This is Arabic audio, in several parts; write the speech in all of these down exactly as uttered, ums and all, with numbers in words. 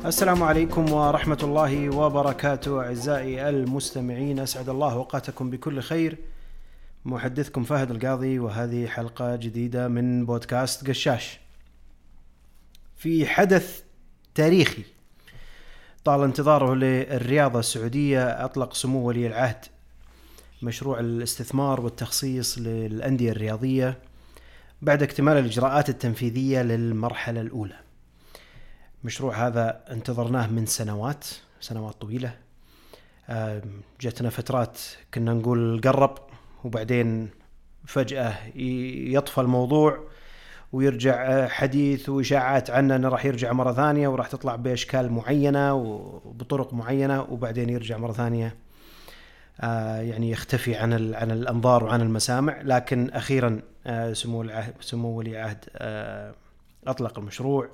السلام عليكم ورحمة الله وبركاته أعزائي المستمعين، أسعد الله أوقاتكم بكل خير. محدثكم فهد القاضي، وهذه حلقة جديدة من بودكاست قشاش. في حدث تاريخي طال انتظاره للرياضة السعودية، أطلق سمو ولي العهد مشروع الاستثمار والتخصيص للأندية الرياضية بعد اكتمال الإجراءات التنفيذية للمرحلة الأولى. مشروع هذا انتظرناه من سنوات سنوات طويلة. جتنا فترات كنا نقول قرب، وبعدين فجأة يطفى الموضوع ويرجع حديث وإشاعات عنه أنه راح يرجع مرة ثانية وراح تطلع بأشكال معينة وبطرق معينة، وبعدين يرجع مرة ثانية يعني يختفي عن عن الأنظار وعن المسامع. لكن أخيرا سمو العهد سمو ولي عهد أطلق المشروع.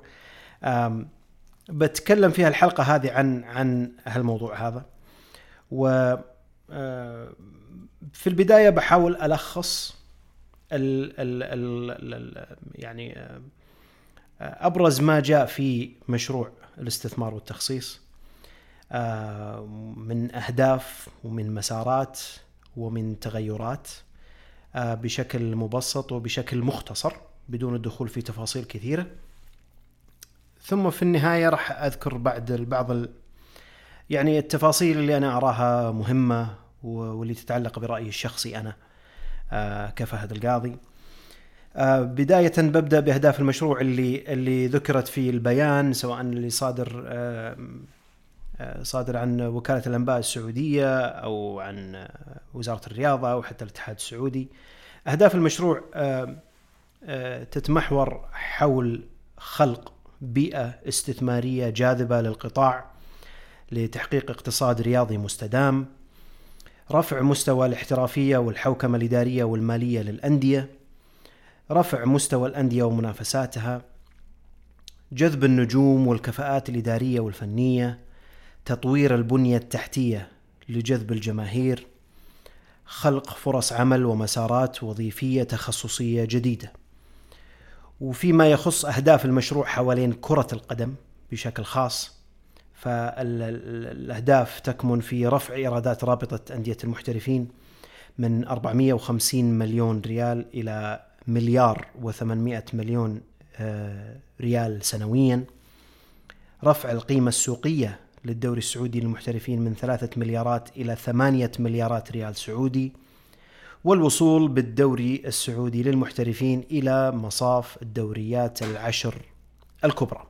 بتكلم فيها الحلقة هذه عن عن هالموضوع هذا، و في البداية بحاول ألخص ال ال ال ال يعني أبرز ما جاء في مشروع الاستثمار والتخصيص من أهداف ومن مسارات ومن تغيرات بشكل مبسط وبشكل مختصر بدون الدخول في تفاصيل كثيرة. ثم في النهاية راح أذكر بعد بعض يعني التفاصيل اللي أنا أراها مهمة واللي تتعلق برأيي الشخصي أنا كفهد القاضي. بداية ببدأ بأهداف المشروع اللي اللي ذكرت في البيان، سواء اللي صادر صادر عن وكالة الأنباء السعودية أو عن وزارة الرياضة أو حتى الاتحاد السعودي. أهداف المشروع تتمحور حول خلق بيئة استثمارية جاذبة للقطاع لتحقيق اقتصاد رياضي مستدام، رفع مستوى الاحترافية والحوكمة الإدارية والمالية للأندية، رفع مستوى الأندية ومنافساتها، جذب النجوم والكفاءات الإدارية والفنية، تطوير البنية التحتية لجذب الجماهير، خلق فرص عمل ومسارات وظيفية تخصصية جديدة. وفيما يخص أهداف المشروع حوالين كرة القدم بشكل خاص، فالأهداف تكمن في رفع إيرادات رابطة أندية المحترفين من أربعمائة وخمسين مليون ريال إلى مليار وثمانمائة مليون ريال سنويا، رفع القيمة السوقية للدوري السعودي للمحترفين من ثلاثة مليارات إلى ثمانية مليارات ريال سعودي، والوصول بالدوري السعودي للمحترفين إلى مصاف الدوريات العشر الكبرى.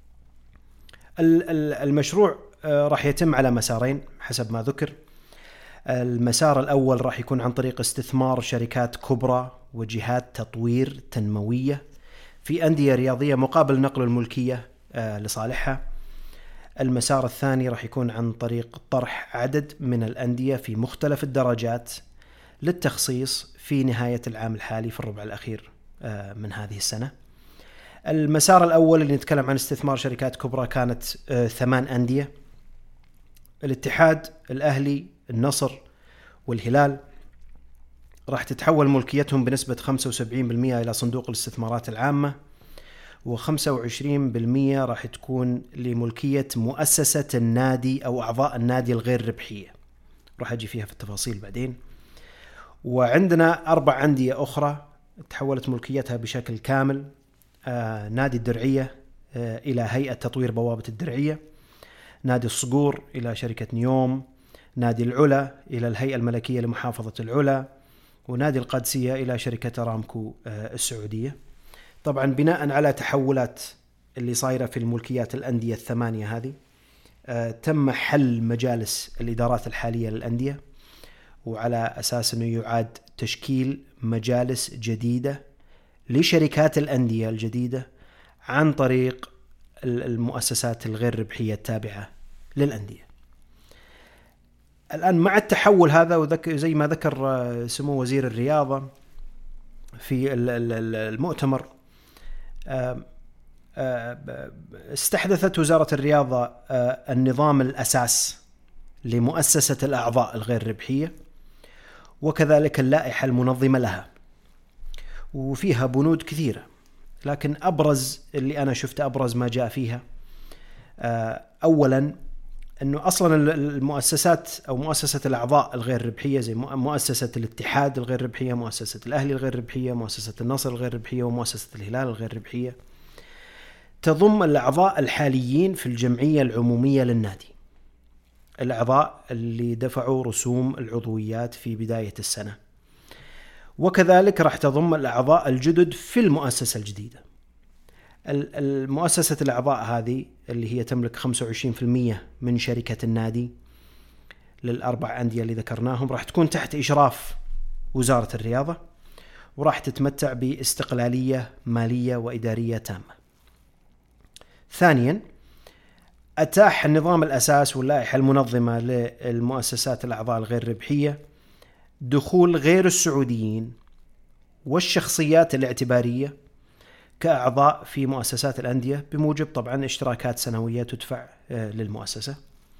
المشروع راح يتم على مسارين حسب ما ذكر. المسار الأول راح يكون عن طريق استثمار شركات كبرى وجهات تطوير تنموية في أندية رياضية مقابل نقل الملكية لصالحها. المسار الثاني راح يكون عن طريق طرح عدد من الأندية في مختلف الدرجات للتخصيص في نهاية العام الحالي في الربع الأخير من هذه السنة. المسار الأول اللي نتكلم عن استثمار شركات كبرى كانت ثمان أندية: الاتحاد، الأهلي، النصر والهلال. راح تتحول ملكيتهم بنسبة خمسة وسبعين بالمئة إلى صندوق الاستثمارات العامة، وخمسة وعشرين بالمئة راح تكون لملكية مؤسسة النادي أو أعضاء النادي الغير ربحية، راح أجي فيها في التفاصيل بعدين. وعندنا أربع أندية أخرى تحولت ملكيتها بشكل كامل: آه نادي الدرعية آه إلى هيئة تطوير بوابة الدرعية، نادي الصقور إلى شركة نيوم، نادي العلا إلى الهيئة الملكية لمحافظة العلا، ونادي القادسية إلى شركة أرامكو آه السعودية. طبعا بناء على تحولات اللي صايرة في الملكيات الأندية الثمانية هذه، آه تم حل مجالس الإدارات الحالية للأندية، وعلى أساس أنه يعاد تشكيل مجالس جديدة لشركات الأندية الجديدة عن طريق المؤسسات الغير ربحية التابعة للأندية. الآن مع التحول هذا، وذكر زي ما ذكر سمو وزير الرياضة في المؤتمر، استحدثت وزارة الرياضة النظام الأساس لمؤسسة الأعضاء الغير ربحية، وكذلك اللائحة المنظمة لها، وفيها بنود كثيرة. لكن أبرز اللي أنا شفت أبرز ما جاء فيها أولا أنه أصلا المؤسسات أو مؤسسة الأعضاء الغير ربحية زي مؤسسة الاتحاد الغير ربحية، مؤسسة الأهلي الغير ربحية، مؤسسة النصر الغير ربحية، ومؤسسة الهلال الغير ربحية، تضم الأعضاء الحاليين في الجمعية العمومية للنادي، الأعضاء اللي دفعوا رسوم العضويات في بداية السنة، وكذلك راح تضم الأعضاء الجدد في المؤسسة الجديدة. المؤسسة الأعضاء هذه اللي هي تملك خمسة وعشرين بالمئة من شركة النادي للأربع أندية اللي ذكرناهم، راح تكون تحت إشراف وزارة الرياضة، وراح تتمتع باستقلالية مالية وإدارية تامة. ثانيا، أتاح النظام الأساس واللائحة المنظمة للمؤسسات الأعضاء الغير ربحية دخول غير السعوديين والشخصيات الاعتبارية كأعضاء في مؤسسات الأندية بموجب طبعا اشتراكات سنوية تدفع للمؤسسة.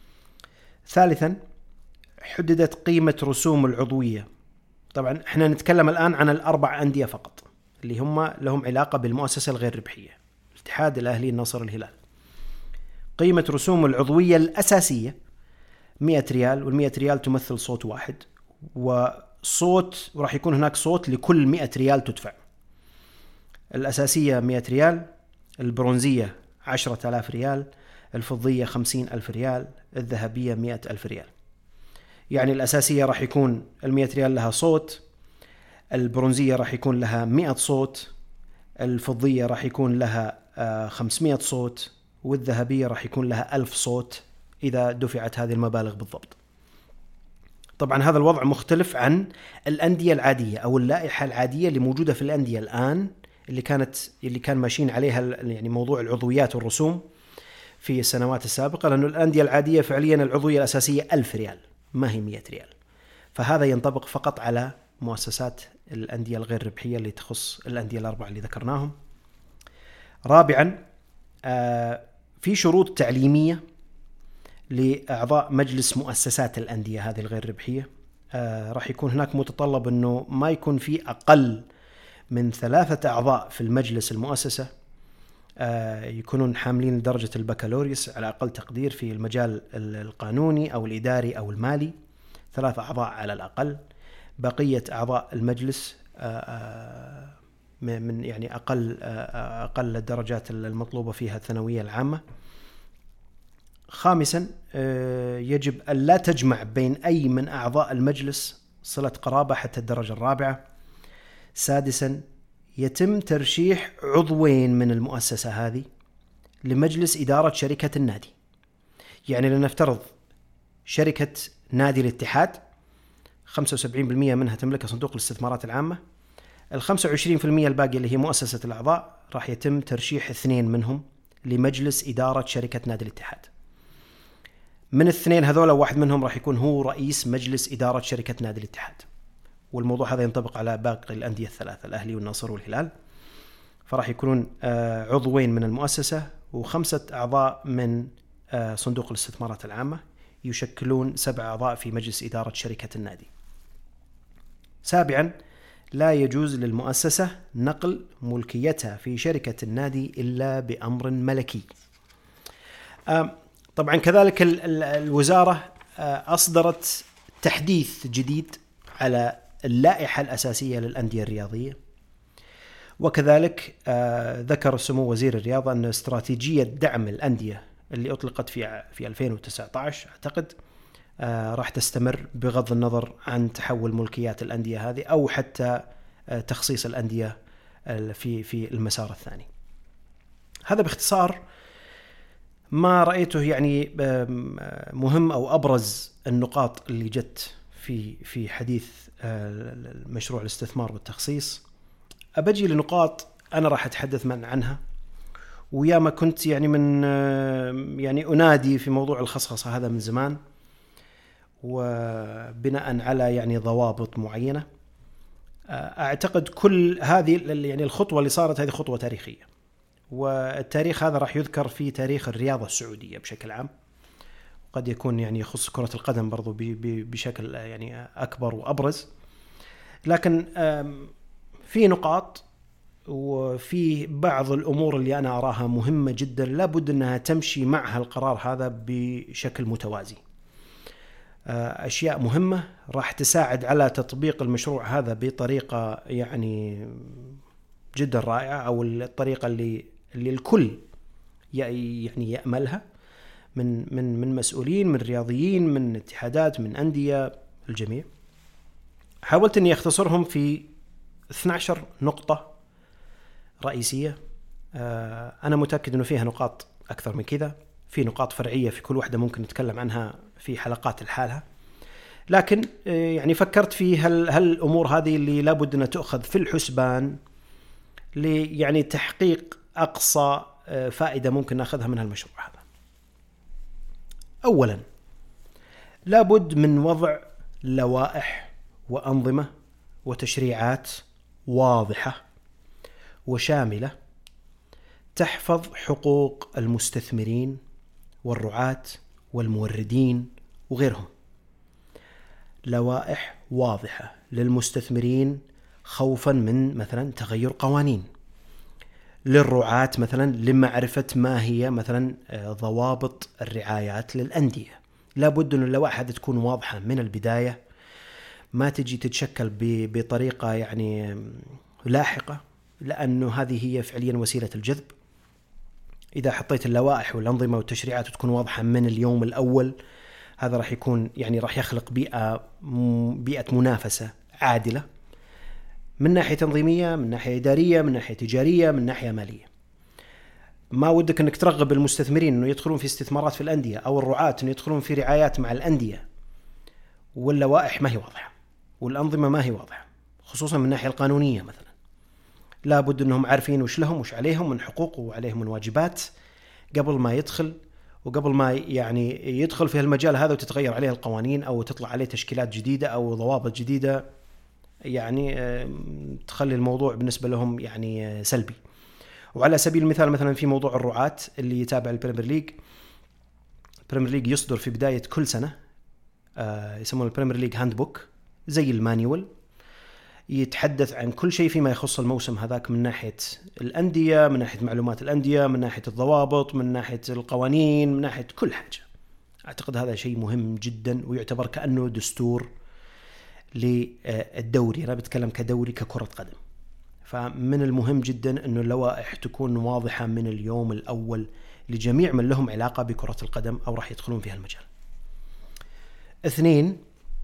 ثالثا، حددت قيمة رسوم العضوية. طبعا احنا نتكلم الآن عن الأربع أندية فقط اللي هم لهم علاقة بالمؤسسة الغير ربحية، الاتحاد، الأهلي، النصر، الهلال. قيمة رسوم العضوية الأساسية مئة ريال، والمئة ريال تمثل صوت واحد، وصوت وراح يكون هناك صوت لكل مئة ريال تدفع. الأساسية مئة ريال، البرونزية عشرة آلاف ريال، الفضية خمسين ألف ريال، الذهبية مئة ألف ريال. يعني الأساسية راح يكون المئة ريال لها صوت، البرونزية راح يكون لها مئة صوت، الفضية راح يكون لها خمسمئة صوت، والذهبية راح يكون لها ألف صوت إذا دفعت هذه المبالغ بالضبط. طبعا هذا الوضع مختلف عن الأندية العادية أو اللائحة العادية اللي موجودة في الأندية الآن، اللي كانت اللي كان ماشيين عليها يعني موضوع العضويات والرسوم في السنوات السابقة، لأنه الأندية العادية فعليا العضوية الأساسية ألف ريال ما هي مئة ريال. فهذا ينطبق فقط على مؤسسات الأندية الغير ربحية اللي تخص الأندية الأربعة اللي ذكرناهم. رابعا، في شروط تعليمية لأعضاء مجلس مؤسسات الأندية هذه الغير ربحية. راح يكون هناك متطلب أنه ما يكون في أقل من ثلاثة أعضاء في المجلس المؤسسة يكونون حاملين درجة البكالوريوس على أقل تقدير في المجال القانوني أو الإداري أو المالي، ثلاثة أعضاء على الأقل. بقية أعضاء المجلس من يعني أقل أقل الدرجات المطلوبة فيها الثانوية العامة. خامسا، يجب أن لا تجمع بين أي من أعضاء المجلس صلة قرابة حتى الدرجة الرابعة. سادسا، يتم ترشيح عضوين من المؤسسة هذه لمجلس إدارة شركة النادي. يعني لنفترض شركة نادي الاتحاد خمسة وسبعين بالمئة منها تملك صندوق الاستثمارات العامة، الخمسة وعشرين بالمئة الباقي اللي هي مؤسسة الأعضاء راح يتم ترشيح اثنين منهم لمجلس إدارة شركة نادي الاتحاد. من الاثنين هذولا واحد منهم راح يكون هو رئيس مجلس إدارة شركة نادي الاتحاد، والموضوع هذا ينطبق على باقي الأندية الثلاثة الأهلي والنصر والهلال. فراح يكونون عضوين من المؤسسة وخمسة أعضاء من صندوق الاستثمارات العامة، يشكلون سبع أعضاء في مجلس إدارة شركة النادي. سابعا، لا يجوز للمؤسسة نقل ملكيتها في شركة النادي إلا بأمر ملكي. طبعا كذلك الوزارة أصدرت تحديث جديد على اللائحة الأساسية للأندية الرياضية، وكذلك ذكر سمو وزير الرياضة أن استراتيجية دعم الأندية اللي أطلقت في في ألفين وتسعة عشر أعتقد راح تستمر بغض النظر عن تحول ملكيات الأندية هذه أو حتى تخصيص الأندية في في المسار الثاني. هذا باختصار ما رأيته يعني مهم أو أبرز النقاط اللي جت في في حديث المشروع الاستثمار والتخصيص. أبجي لنقاط أنا راح أتحدث من عنها، ويا ما كنت يعني من يعني أنادي في موضوع الخصخصة هذا من زمان، وبناء على يعني ضوابط معينة. أعتقد كل هذه يعني الخطوة اللي صارت هذه خطوة تاريخية، والتاريخ هذا راح يذكر في تاريخ الرياضة السعودية بشكل عام، وقد يكون يعني يخص كرة القدم برضو بشكل يعني أكبر وأبرز. لكن في نقاط وفي بعض الأمور اللي أنا أراها مهمة جدا لابد أنها تمشي مع القرار هذا بشكل متوازي. أشياء مهمة راح تساعد على تطبيق المشروع هذا بطريقة يعني جدا رائعة، أو الطريقة اللي اللي الكل يعني يأملها من من من مسؤولين، من رياضيين، من اتحادات، من أندية، الجميع. حاولت أني أختصرهم في اثنتي عشرة نقطة رئيسية. أنا متأكد أنه فيها نقاط أكثر من كذا، في نقاط فرعية في كل واحدة ممكن نتكلم عنها في حلقات لحالها، لكن يعني فكرت في هل هل الأمور هذه اللي لابد أن تأخذ في الحسبان لي يعني تحقيق أقصى فائدة ممكن نأخذها من هالمشروع هذا. أولا، لابد من وضع لوائح وأنظمة وتشريعات واضحة وشاملة تحفظ حقوق المستثمرين والرعاة والموردين وغيرهم. لوائح واضحة للمستثمرين خوفا من مثلا تغير قوانين، للرعاة مثلا لمعرفة ما هي مثلا ضوابط الرعايات للأندية. لابد أن اللوائح هذه تكون واضحة من البداية، ما تجي تتشكل بطريقة يعني لاحقة، لأنه هذه هي فعليا وسيلة الجذب. إذا حطيت اللوائح والأنظمة والتشريعات وتكون واضحة من اليوم الأول، هذا راح يكون يعني راح يخلق بيئة بيئة منافسة عادلة من ناحية تنظيمية، من ناحية إدارية، من ناحية تجارية، من ناحية مالية. ما ودك أنك ترغب المستثمرين أنه يدخلون في استثمارات في الأندية، أو الرعاة أنه يدخلون في رعايات مع الأندية، واللوائح ما هي واضحة والأنظمة ما هي واضحة، خصوصا من الناحية القانونية. مثلا لابد أنهم عارفين وش لهم وش عليهم من حقوق وعليهم من واجبات قبل ما يدخل، وقبل ما يعني يدخل في المجال هذا وتتغير عليه القوانين أو تطلع عليه تشكيلات جديدة أو ضوابط جديدة يعني تخلي الموضوع بالنسبة لهم يعني سلبي. وعلى سبيل المثال مثلا في موضوع الرعاة اللي يتابع البريمير ليج، البريمير ليج يصدر في بداية كل سنة يسمونه البريمير ليج هاندبوك، زي المانيول، يتحدث عن كل شيء فيما يخص الموسم هذاك من ناحية الأندية، من ناحية معلومات الأندية، من ناحية الضوابط، من ناحية القوانين، من ناحية كل حاجة. أعتقد هذا شيء مهم جدا ويعتبر كأنه دستور للدوري. أنا بتكلم كدوري ككرة قدم، فمن المهم جدا أنه اللوائح تكون واضحة من اليوم الأول لجميع من لهم علاقة بكرة القدم أو راح يدخلون في هالمجال. اثنين،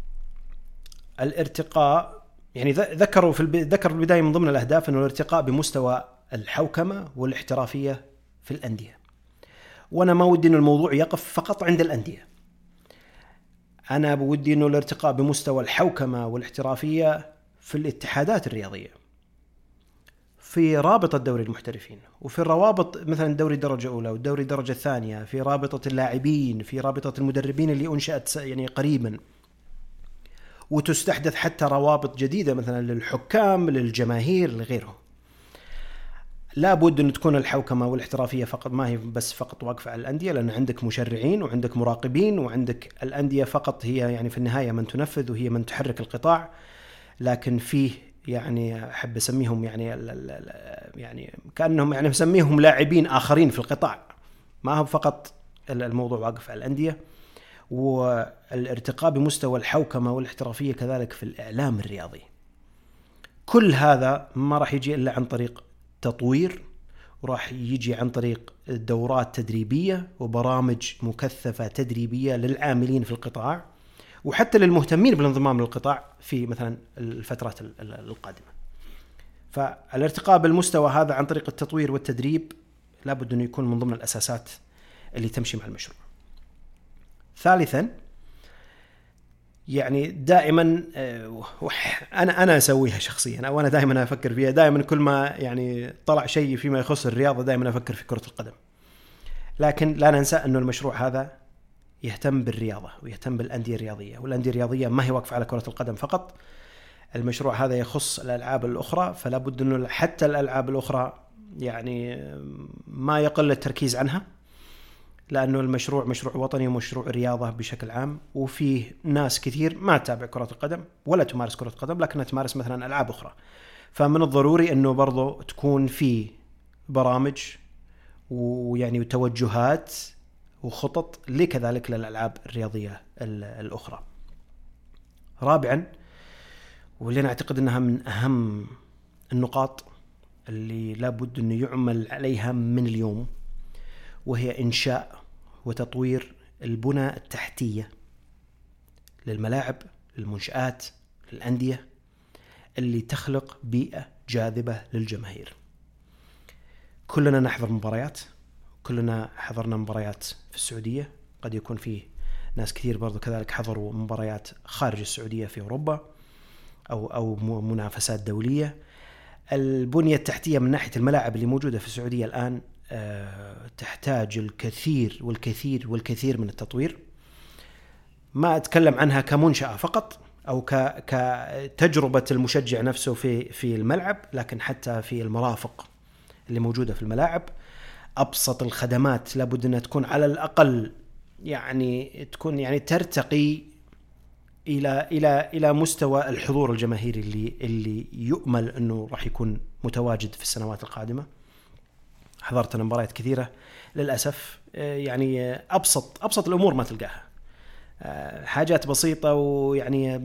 الارتقاء، يعني ذكروا في الب... ذكر في البداية من ضمن الأهداف أنه الارتقاء بمستوى الحوكمة والاحترافية في الأندية. وأنا ما ودي أنه الموضوع يقف فقط عند الأندية، أنا بودي أنه الارتقاء بمستوى الحوكمة والاحترافية في الاتحادات الرياضية، في رابطة دوري المحترفين، وفي الروابط مثلا دوري درجة أولى ودوري درجة ثانية، في رابطة اللاعبين، في رابطة المدربين اللي أنشأت يعني قريبا، وتستحدث حتى روابط جديدة مثلا للحكام، للجماهير، لغيرهم. لا بد أن تكون الحوكمة والاحترافية فقط، ما هي بس فقط واقفة على الأندية، لأن عندك مشرعين وعندك مراقبين وعندك الأندية فقط هي يعني في النهاية من تنفذ وهي من تحرك القطاع. لكن فيه يعني أحب أسميهم يعني يعني كأنهم يعني مسميهم لاعبين آخرين في القطاع، ما هو فقط الموضوع واقف على الأندية. والارتقاء بمستوى الحوكمة والاحترافية كذلك في الإعلام الرياضي. كل هذا ما راح يجي إلا عن طريق تطوير، وراح يجي عن طريق دورات تدريبية وبرامج مكثفة تدريبية للعاملين في القطاع، وحتى للمهتمين بالانضمام للقطاع في مثلا الفترات القادمة. فالارتقاء بالمستوى هذا عن طريق التطوير والتدريب لابد أن يكون من ضمن الأساسات اللي تمشي مع المشروع. ثالثا، يعني دائما أنا أنا أسويها شخصيا، أو أنا دائما أفكر فيها، دائما كل ما يعني طلع شيء فيما يخص الرياضة دائما أفكر في كرة القدم. لكن لا ننسى أنه المشروع هذا يهتم بالرياضة ويهتم بالأندية الرياضية، والأندية الرياضية ما هي واقفة على كرة القدم فقط. المشروع هذا يخص الألعاب الأخرى، فلا بد أنه حتى الألعاب الأخرى يعني ما يقل التركيز عنها. لأنه المشروع مشروع وطني ومشروع رياضة بشكل عام، وفيه ناس كثير ما تتابع كرة القدم ولا تمارس كرة القدم لكنها تمارس مثلا ألعاب أخرى. فمن الضروري أنه برضو تكون في برامج ويعني توجهات وخطط لكذلك للألعاب الرياضية الأخرى. رابعا، واللي أنا أعتقد أنها من أهم النقاط اللي لابد أنه يعمل عليها من اليوم، وهي إنشاء وتطوير البنى التحتية للملاعب، للمنشآت، للأندية، اللي تخلق بيئة جاذبة للجماهير. كلنا نحضر مباريات، كلنا حضرنا مباريات في السعودية، قد يكون فيه ناس كثير برضو كذلك حضروا مباريات خارج السعودية في أوروبا أو أو منافسات دولية. البنية التحتية من ناحية الملاعب اللي موجودة في السعودية الآن تحتاج الكثير والكثير والكثير من التطوير. ما أتكلم عنها كمنشأة فقط أو كتجربة المشجع نفسه في في الملعب، لكن حتى في المرافق اللي موجودة في الملاعب. أبسط الخدمات لابد أنها تكون على الأقل يعني تكون يعني ترتقي إلى إلى إلى مستوى الحضور الجماهيري اللي اللي يؤمل أنه راح يكون متواجد في السنوات القادمة. حضرت مباريات كثيرة للأسف، يعني أبسط أبسط الأمور ما تلقاها، حاجات بسيطة، ويعني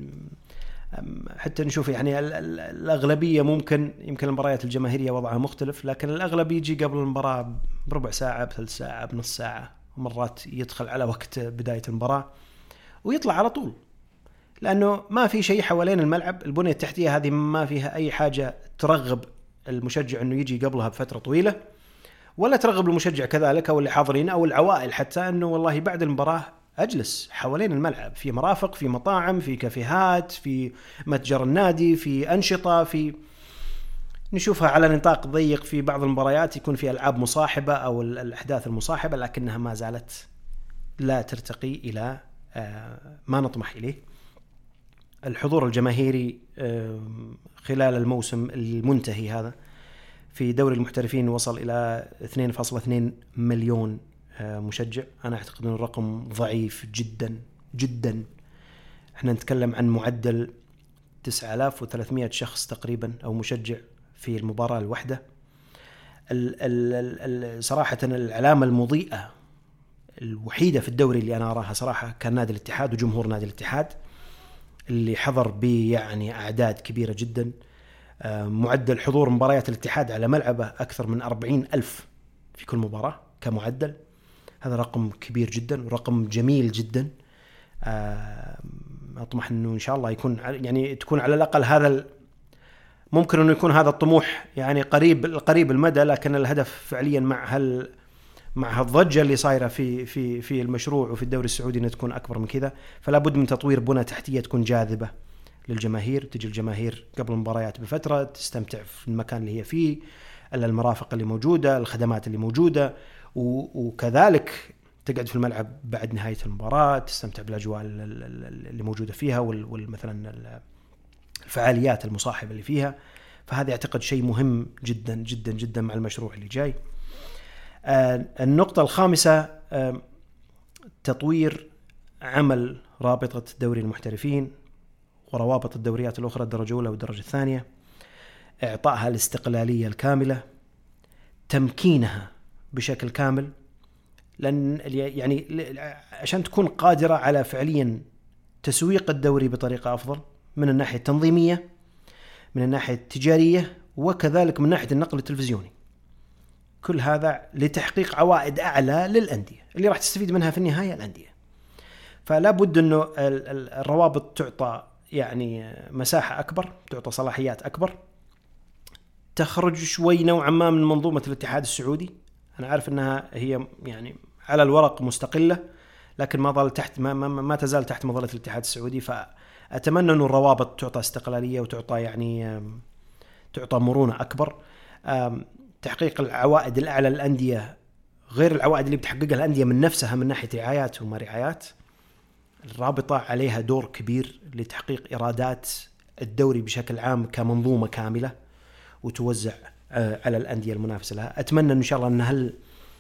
حتى نشوف يعني الأغلبية ممكن يمكن المباريات الجماهيرية وضعها مختلف، لكن الأغلب يجي قبل المباراة بربع ساعة، بثلث ساعة، بنص ساعة، ومرات يدخل على وقت بداية المباراة ويطلع على طول، لأنه ما في شيء حوالين الملعب. البنية التحتية هذه ما فيها أي حاجة ترغب المشجع أنه يجي قبلها بفترة طويلة، ولا ترغب المشجع كذلك أو اللي حاضرين أو العوائل حتى أنه والله بعد المباراة أجلس حوالين الملعب، في مرافق، في مطاعم، في كافيهات، في متجر النادي، في أنشطة، في نشوفها على نطاق ضيق. في بعض المباريات يكون في ألعاب مصاحبة أو الأحداث المصاحبة، لكنها ما زالت لا ترتقي إلى ما نطمح إليه. الحضور الجماهيري خلال الموسم المنتهي هذا في دوري المحترفين وصل إلى اثنين فاصلة اثنين مليون مشجع. أنا أعتقد أنه الرقم ضعيف جدا جدا. احنا نتكلم عن معدل تسعة آلاف وثلاثمائة شخص تقريبا أو مشجع في المباراة الواحدة. صراحة العلامة المضيئة الوحيدة في الدوري اللي أنا أراها صراحة كان نادي الاتحاد وجمهور نادي الاتحاد اللي حضر بيعني أعداد كبيرة جدا. معدل حضور مباريات الاتحاد على ملعبه أكثر من أربعين ألف في كل مباراة كمعدل. هذا رقم كبير جدا ورقم جميل جدا. أطمح أنه إن شاء الله يكون يعني تكون على الأقل هذا، ممكن أنه يكون هذا الطموح يعني قريب قريب المدى، لكن الهدف فعليا مع هال مع هالضجة اللي صايرة في في في المشروع وفي الدوري السعودي أن تكون أكبر من كذا. فلا بد من تطوير بنى تحتية تكون جاذبة للجماهير، تجي الجماهير قبل المباريات بفترة تستمتع في المكان اللي هي فيه، المرافق اللي موجودة، الخدمات اللي موجودة، وكذلك تقعد في الملعب بعد نهاية المباراة تستمتع بالأجواء اللي موجودة فيها والمثلا الفعاليات المصاحبة اللي فيها. فهذا أعتقد شيء مهم جدا جدا جدا مع المشروع اللي جاي. النقطة الخامسة تطوير عمل رابطة دوري المحترفين وروابط الدوريات الأخرى الدرجة الأولى والدرجة الثانية، إعطائها الاستقلالية الكاملة، تمكينها بشكل كامل، لأن يعني عشان تكون قادرة على فعليا تسويق الدوري بطريقة أفضل من الناحية التنظيمية، من الناحية التجارية، وكذلك من ناحية النقل التلفزيوني. كل هذا لتحقيق عوائد أعلى للأندية اللي راح تستفيد منها في النهاية الأندية. فلا بد أنه الروابط تعطى يعني مساحة أكبر، تعطى صلاحيات أكبر، تخرج شوي نوعا ما من منظومة الاتحاد السعودي. أنا عارف أنها هي يعني على الورق مستقلة، لكن ما ظل تحت ما, ما, ما تزال تحت مظلة الاتحاد السعودي. فأتمنى أنه الروابط تعطى استقلالية وتعطى يعني تعطى مرونة أكبر، تحقيق العوائد الأعلى للأندية غير العوائد اللي بتحققها الأندية من نفسها من ناحية رعايات وما رعايات. الرابطة عليها دور كبير لتحقيق إيرادات الدوري بشكل عام كمنظومة كاملة وتوزع على الأندية المنافسة لها. أتمنى إن شاء الله أن هل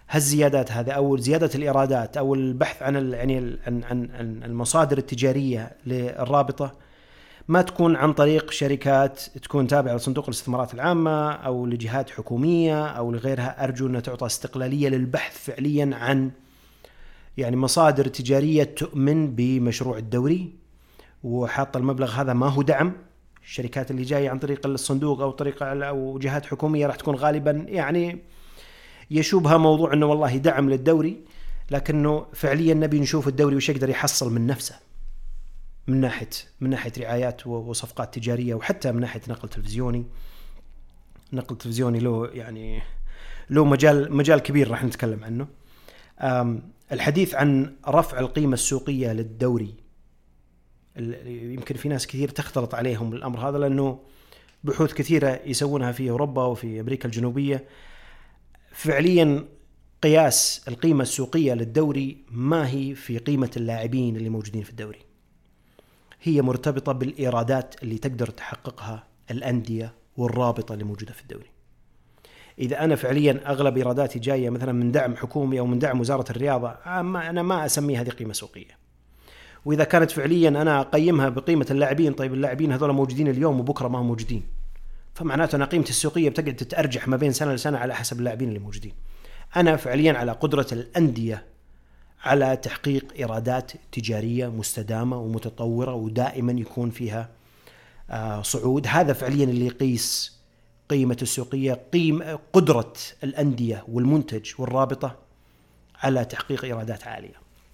هالزيادات هذه أو زيادة الإيرادات أو البحث عن يعني عن عن المصادر التجارية للرابطة ما تكون عن طريق شركات تكون تابعة لصندوق الاستثمارات العامة أو لجهات حكومية أو لغيرها. أرجو أن تعطى استقلالية للبحث فعليا عن يعني مصادر تجارية تؤمن بمشروع الدوري وحاط المبلغ هذا ما هو دعم. الشركات اللي جاية عن طريق الصندوق أو طريق أو جهات حكومية راح تكون غالبا يعني يشوبها موضوع أنه والله دعم للدوري، لكنه فعليا نبي نشوف الدوري وش يقدر يحصل من نفسه من ناحية من ناحية رعايات وصفقات تجارية وحتى من ناحية نقل تلفزيوني. نقل تلفزيوني له يعني له مجال مجال كبير راح نتكلم عنه. الحديث عن رفع القيمة السوقية للدوري يمكن في ناس كثير تختلط عليهم الأمر هذا، لأنه بحوث كثيرة يسوونها في أوروبا وفي أمريكا الجنوبية. فعليا قياس القيمة السوقية للدوري ما هي في قيمة اللاعبين اللي موجودين في الدوري، هي مرتبطة بالإيرادات اللي تقدر تحققها الأندية والرابطة اللي موجودة في الدوري. إذا أنا فعليا أغلب إيراداتي جاية مثلا من دعم حكومي أو من دعم وزارة الرياضة، أنا ما أسمي هذه قيمة سوقية. وإذا كانت فعليا أنا أقيمها بقيمة اللاعبين، طيب اللاعبين هذول موجودين اليوم وبكرة ما هم موجودين، فمعناته أنا قيمة السوقية بتقعد تتأرجح ما بين سنة لسنة على حسب اللاعبين اللي موجودين. أنا فعليا على قدرة الأندية على تحقيق إيرادات تجارية مستدامة ومتطورة ودائما يكون فيها صعود. هذا فعليا اللي يقيس قيمة السوقية، قيمة قدرة الأندية والمنتج والرابطة على تحقيق إيرادات عالية.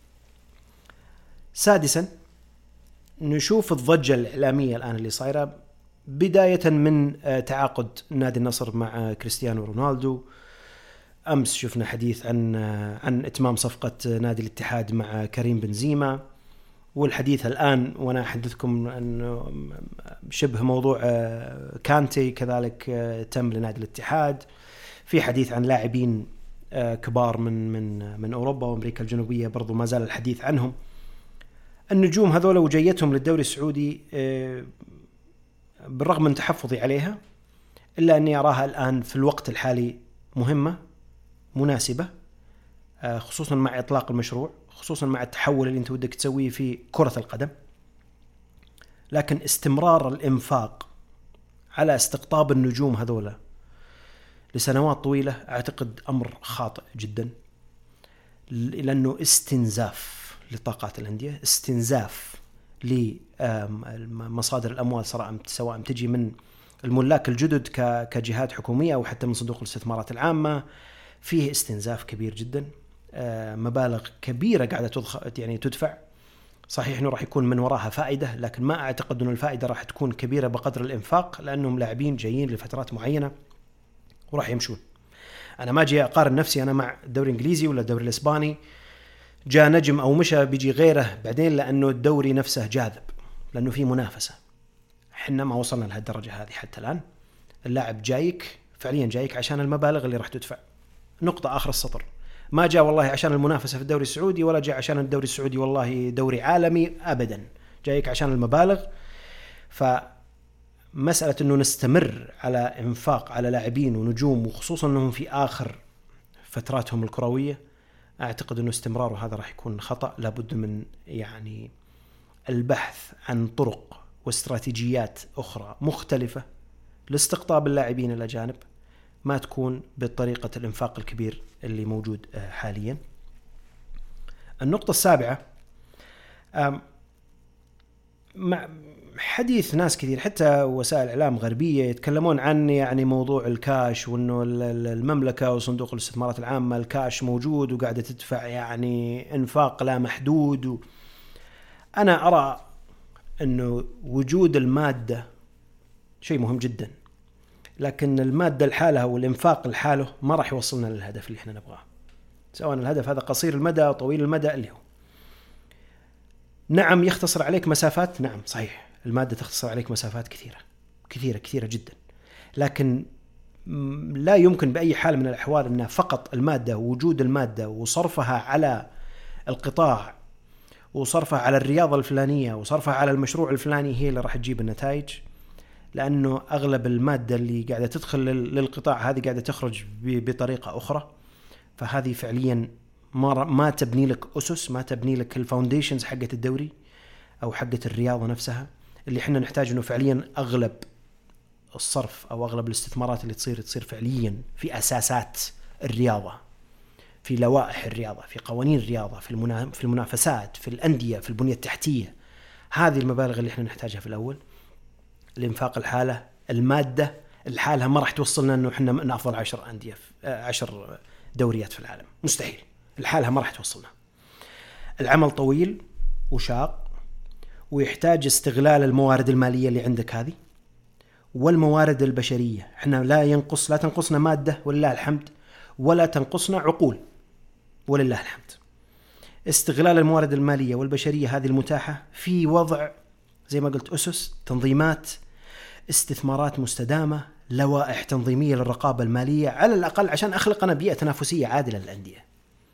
سادسا، نشوف الضجة الإعلامية الآن اللي صايرة بداية من تعاقد نادي النصر مع كريستيانو رونالدو. أمس شفنا حديث عن عن إتمام صفقة نادي الاتحاد مع كريم بنزيما، والحديث الآن وأنا أحدثكم أنه شبه موضوع كانتي كذلك تم لنادي الاتحاد. في حديث عن لاعبين كبار من من من أوروبا وأمريكا الجنوبية برضو ما زال الحديث عنهم. النجوم هذول وجيتهم للدوري السعودي بالرغم من تحفظي عليها، إلا أني أراها الآن في الوقت الحالي مهمة مناسبة، خصوصا مع إطلاق المشروع، خصوصا مع التحول اللي أنت ودك تسويه في كرة القدم. لكن استمرار الإنفاق على استقطاب النجوم هذولا لسنوات طويلة أعتقد أمر خاطئ جدا، لأنه استنزاف لطاقات الأندية، استنزاف لمصادر الأموال سواء تجي من الملاك الجدد كجهات حكومية أو حتى من صندوق الاستثمارات العامة. فيه استنزاف كبير جدا، مبالغ كبيرة قاعدة يعني تدفع. صحيح أنه راح يكون من وراها فائدة، لكن ما أعتقد أن الفائدة راح تكون كبيرة بقدر الإنفاق، لأنهم لاعبين جايين لفترات معينة وراح يمشون. أنا ما جي أقارن نفسي أنا مع الدوري الإنجليزي ولا الدوري الإسباني، جاء نجم أو مشى بيجي غيره بعدين، لأنه الدوري نفسه جاذب، لأنه فيه منافسة. حنا ما وصلنا لهالدرجة هذه حتى الآن. اللاعب جايك فعليا جايك عشان المبالغ اللي راح تدفع، نقطة آخر السطر. ما جاء والله عشان المنافسة في الدوري السعودي، ولا جاء عشان الدوري السعودي والله دوري عالمي أبدا، جايك عشان المبالغ. فمسألة أنه نستمر على إنفاق على لاعبين ونجوم، وخصوصا أنهم في آخر فتراتهم الكروية، أعتقد أنه استمراره هذا راح يكون خطأ. لابد من يعني البحث عن طرق واستراتيجيات أخرى مختلفة لاستقطاب اللاعبين الأجانب، ما تكون بطريقة الإنفاق الكبير اللي موجود حاليا. النقطة السابعة، مع حديث ناس كثير حتى وسائل إعلام غربية يتكلمون عن يعني موضوع الكاش، وأنه المملكة وصندوق الاستثمارات العامة الكاش موجود وقاعدة تدفع يعني إنفاق لا محدود. و... أنا أرى أنه وجود المادة شيء مهم جدا، لكن المادة لحالها والإنفاق لحاله ما راح يوصلنا للهدف اللي احنا نبغاه، سواء الهدف هذا قصير المدى أو طويل المدى اللي هو. نعم يختصر عليك مسافات، نعم صحيح المادة تختصر عليك مسافات كثيرة كثيرة كثيرة جدا، لكن لا يمكن بأي حال من الأحوال أن فقط المادة ووجود المادة وصرفها على القطاع وصرفها على الرياضة الفلانية وصرفها على المشروع الفلاني هي اللي راح تجيب النتائج. لأنه أغلب المادة اللي قاعدة تدخل للقطاع هذه قاعدة تخرج بطريقة أخرى، فهذه فعليا ما ما تبني لك أسس، ما تبني لك الفاونديشنز حقة الدوري أو حقة الرياضة نفسها اللي احنا نحتاج إنه فعليا أغلب الصرف أو أغلب الاستثمارات اللي تصير تصير فعليا في أساسات الرياضة، في لوائح الرياضة، في قوانين الرياضة، في المنا... في المنافسات، في الأندية، في البنية التحتية. هذه المبالغ اللي احنا نحتاجها في الأول. الإنفاق الحالة المادة الحالها ما راح توصلنا إنه احنا من أفضل عشر أندية عشر دوريات في العالم، مستحيل. الحالها ما راح توصلنا. العمل طويل وشاق ويحتاج استغلال الموارد المالية اللي عندك هذه والموارد البشرية. احنا لا ينقص لا تنقصنا مادة ولله الحمد، ولا تنقصنا عقول ولله الحمد. استغلال الموارد المالية والبشرية هذه المتاحة في وضع زي ما قلت أسس، تنظيمات، استثمارات مستدامة، لوائح تنظيمية للرقابة المالية على الأقل عشان أخلق أنا بيئة تنافسية عادلة للأندية.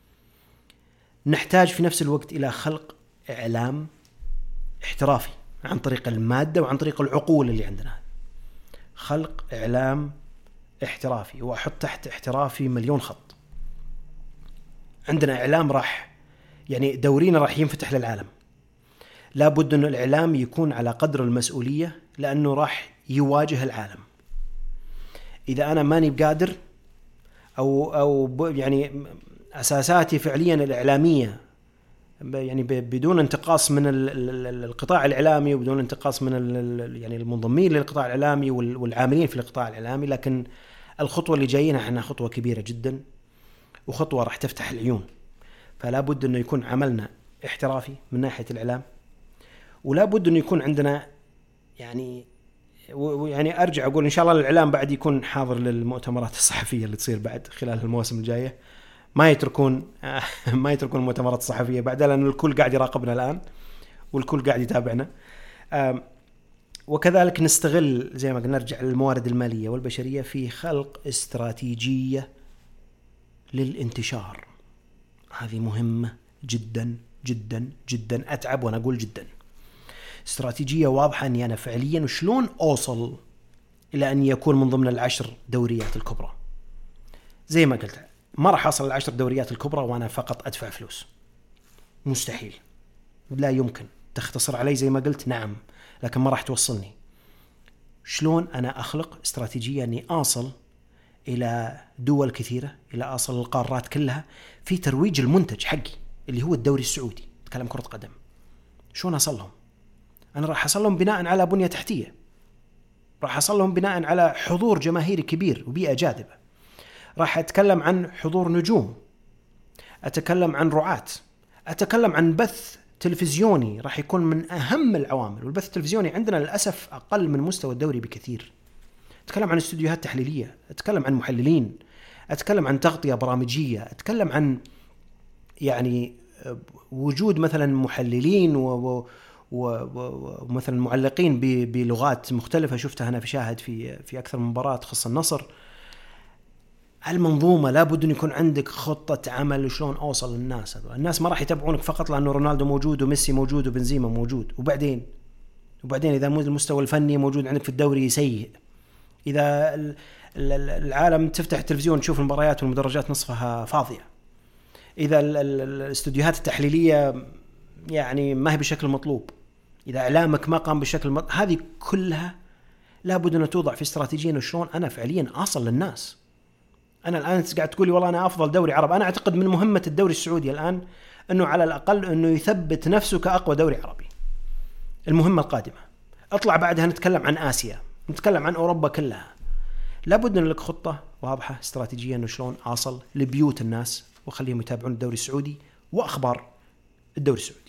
نحتاج في نفس الوقت إلى خلق إعلام احترافي عن طريق المادة وعن طريق العقول اللي عندنا. خلق إعلام احترافي، وأحط تحت احترافي مليون خط. عندنا إعلام راح يعني دورينا راح ينفتح للعالم، لابد أن الإعلام يكون على قدر المسؤولية لأنه راح يواجه العالم. إذا أنا ماني بقادر أو أو يعني أساساتي فعليا الإعلامية يعني بدون انتقاص من القطاع الإعلامي وبدون انتقاص من يعني المنضمين للقطاع الإعلامي والعاملين في القطاع الإعلامي، لكن الخطوة اللي جايينها احنا خطوة كبيرة جدا وخطوة راح تفتح العيون. فلا بد أنه يكون عملنا احترافي من ناحية الإعلام، ولا بد أنه يكون عندنا يعني يعني أرجع أقول إن شاء الله الإعلام بعد يكون حاضر للمؤتمرات الصحفية اللي تصير بعد خلال المواسم الجاية. ما يتركون ما يتركون المؤتمرات الصحفية بعد، لأن الكل قاعد يراقبنا الآن والكل قاعد يتابعنا. وكذلك نستغل زي ما قلنا نرجع للموارد المالية والبشرية في خلق استراتيجية للانتشار. هذه مهمة جدا جدا جدا. أتعب وأنا أقول جدا. استراتيجية واضحة أني أنا فعليا وشلون أوصل إلى أن يكون من ضمن العشر دوريات الكبرى. زي ما قلت ما راح أصل العشر دوريات الكبرى وأنا فقط أدفع فلوس، مستحيل، لا يمكن. تختصر علي زي ما قلت نعم، لكن ما راح توصلني. شلون أنا أخلق استراتيجية أني أصل إلى دول كثيرة، إلى أصل القارات كلها في ترويج المنتج حقي اللي هو الدوري السعودي، تكلم كرة قدم. شلون أصلهم؟ أنا راح أصلهم بناء على بنية تحتية، راح أصلهم بناء على حضور جماهيري كبير وبيئة جاذبة، راح أتكلم عن حضور نجوم، أتكلم عن رعاة، أتكلم عن بث تلفزيوني راح يكون من أهم العوامل. والبث التلفزيوني عندنا للأسف أقل من مستوى الدوري بكثير. أتكلم عن استوديوهات تحليلية، أتكلم عن محللين، أتكلم عن تغطية برامجية، أتكلم عن يعني وجود مثلا محللين و ومثلا معلقين بلغات مختلفة شفتها أنا في شاهد في في أكثر من مباراة خص النصر. المنظومة لابد أن يكون عندك خطة عمل وشلون أوصل للناس. الناس ما راح يتابعونك فقط لأنه رونالدو موجود وميسي موجود وبنزيما موجود، وبعدين وبعدين إذا المستوى الفني موجود عندك في الدوري سيء، إذا العالم تفتح التلفزيون تشوف المباريات والمدرجات نصفها فاضية، إذا الاستوديوهات التحليلية يعني ما هي بالشكل المطلوب، إذا إعلامك ما قام بالشكل المطلوب، هذه كلها لابد أن توضع في استراتيجية وشلون أنا فعليا أصل للناس. أنا الآن قاعد تقولي والله أنا أفضل دوري عربي. أنا أعتقد من مهمة الدوري السعودي الآن أنه على الأقل أنه يثبت نفسه كأقوى دوري عربي. المهمة القادمة أطلع بعدها نتكلم عن آسيا، نتكلم عن أوروبا كلها. لابد أن لك خطة واضحة استراتيجية أنه شلون أصل لبيوت الناس وخليهم يتابعون الدوري السعودي وأخبار الدوري السعودي.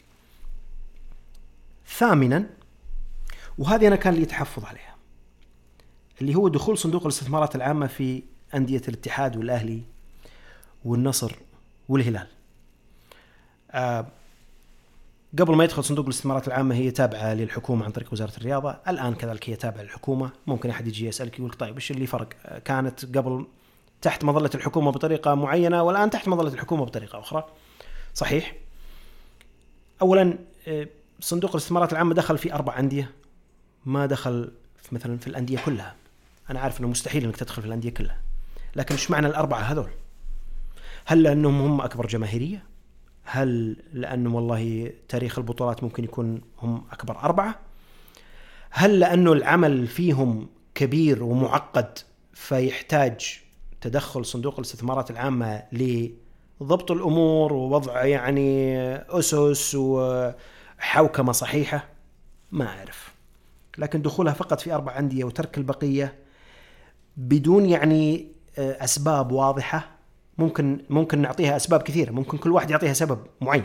ثامنا، وهذه أنا كان لي تحفظ عليها، اللي هو دخول صندوق الاستثمارات العامة في أندية الاتحاد والأهلي والنصر والهلال. آه قبل ما يدخل صندوق الاستثمارات العامة هي تابعة للحكومة عن طريق وزارة الرياضة، الآن كذلك هي تابعة للحكومة. ممكن أحد يجي يسألك يقول طيب إيش اللي فرق؟ كانت قبل تحت مظلة الحكومة بطريقة معينة والآن تحت مظلة الحكومة بطريقة أخرى. صحيح. أولا صندوق الاستثمارات العامة دخل في أربع أندية، ما دخل في مثلا في الأندية كلها. أنا عارف أنه مستحيل أنك تدخل في الأندية كلها، لكن إيش معنى الأربعة هذول؟ هل لأنهم هم أكبر جماهيرية؟ هل لأنه والله تاريخ البطولات ممكن يكون هم أكبر أربعة؟ هل لأنه العمل فيهم كبير ومعقد فيحتاج تدخل صندوق الاستثمارات العامة لضبط الأمور ووضع يعني أسس وحوكمة صحيحة؟ ما أعرف. لكن دخولها فقط في أربع أندية وترك البقية بدون يعني أسباب واضحة، ممكن ممكن نعطيها أسباب كثيرة، ممكن كل واحد يعطيها سبب معين،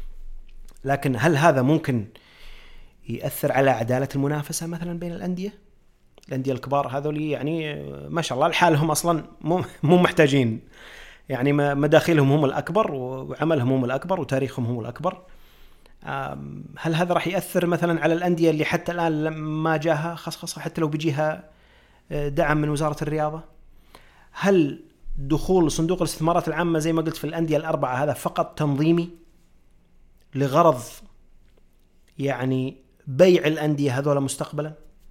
لكن هل هذا ممكن يأثر على عدالة المنافسة مثلا بين الأندية؟ الأندية الكبار هذول يعني ما شاء الله لحالهم أصلا مو مو محتاجين، يعني مداخلهم هم الأكبر وعملهم هم الأكبر وتاريخهم هم الأكبر. هل هذا راح يأثر مثلا على الأندية اللي حتى الآن ما جاها خصخصة حتى لو بيجيها دعم من وزارة الرياضة؟ هل دخول صندوق الاستثمارات العامة زي ما قلت في الأندية الأربعة هذا فقط تنظيمي لغرض يعني بيع الأندية هذول مستقبلا،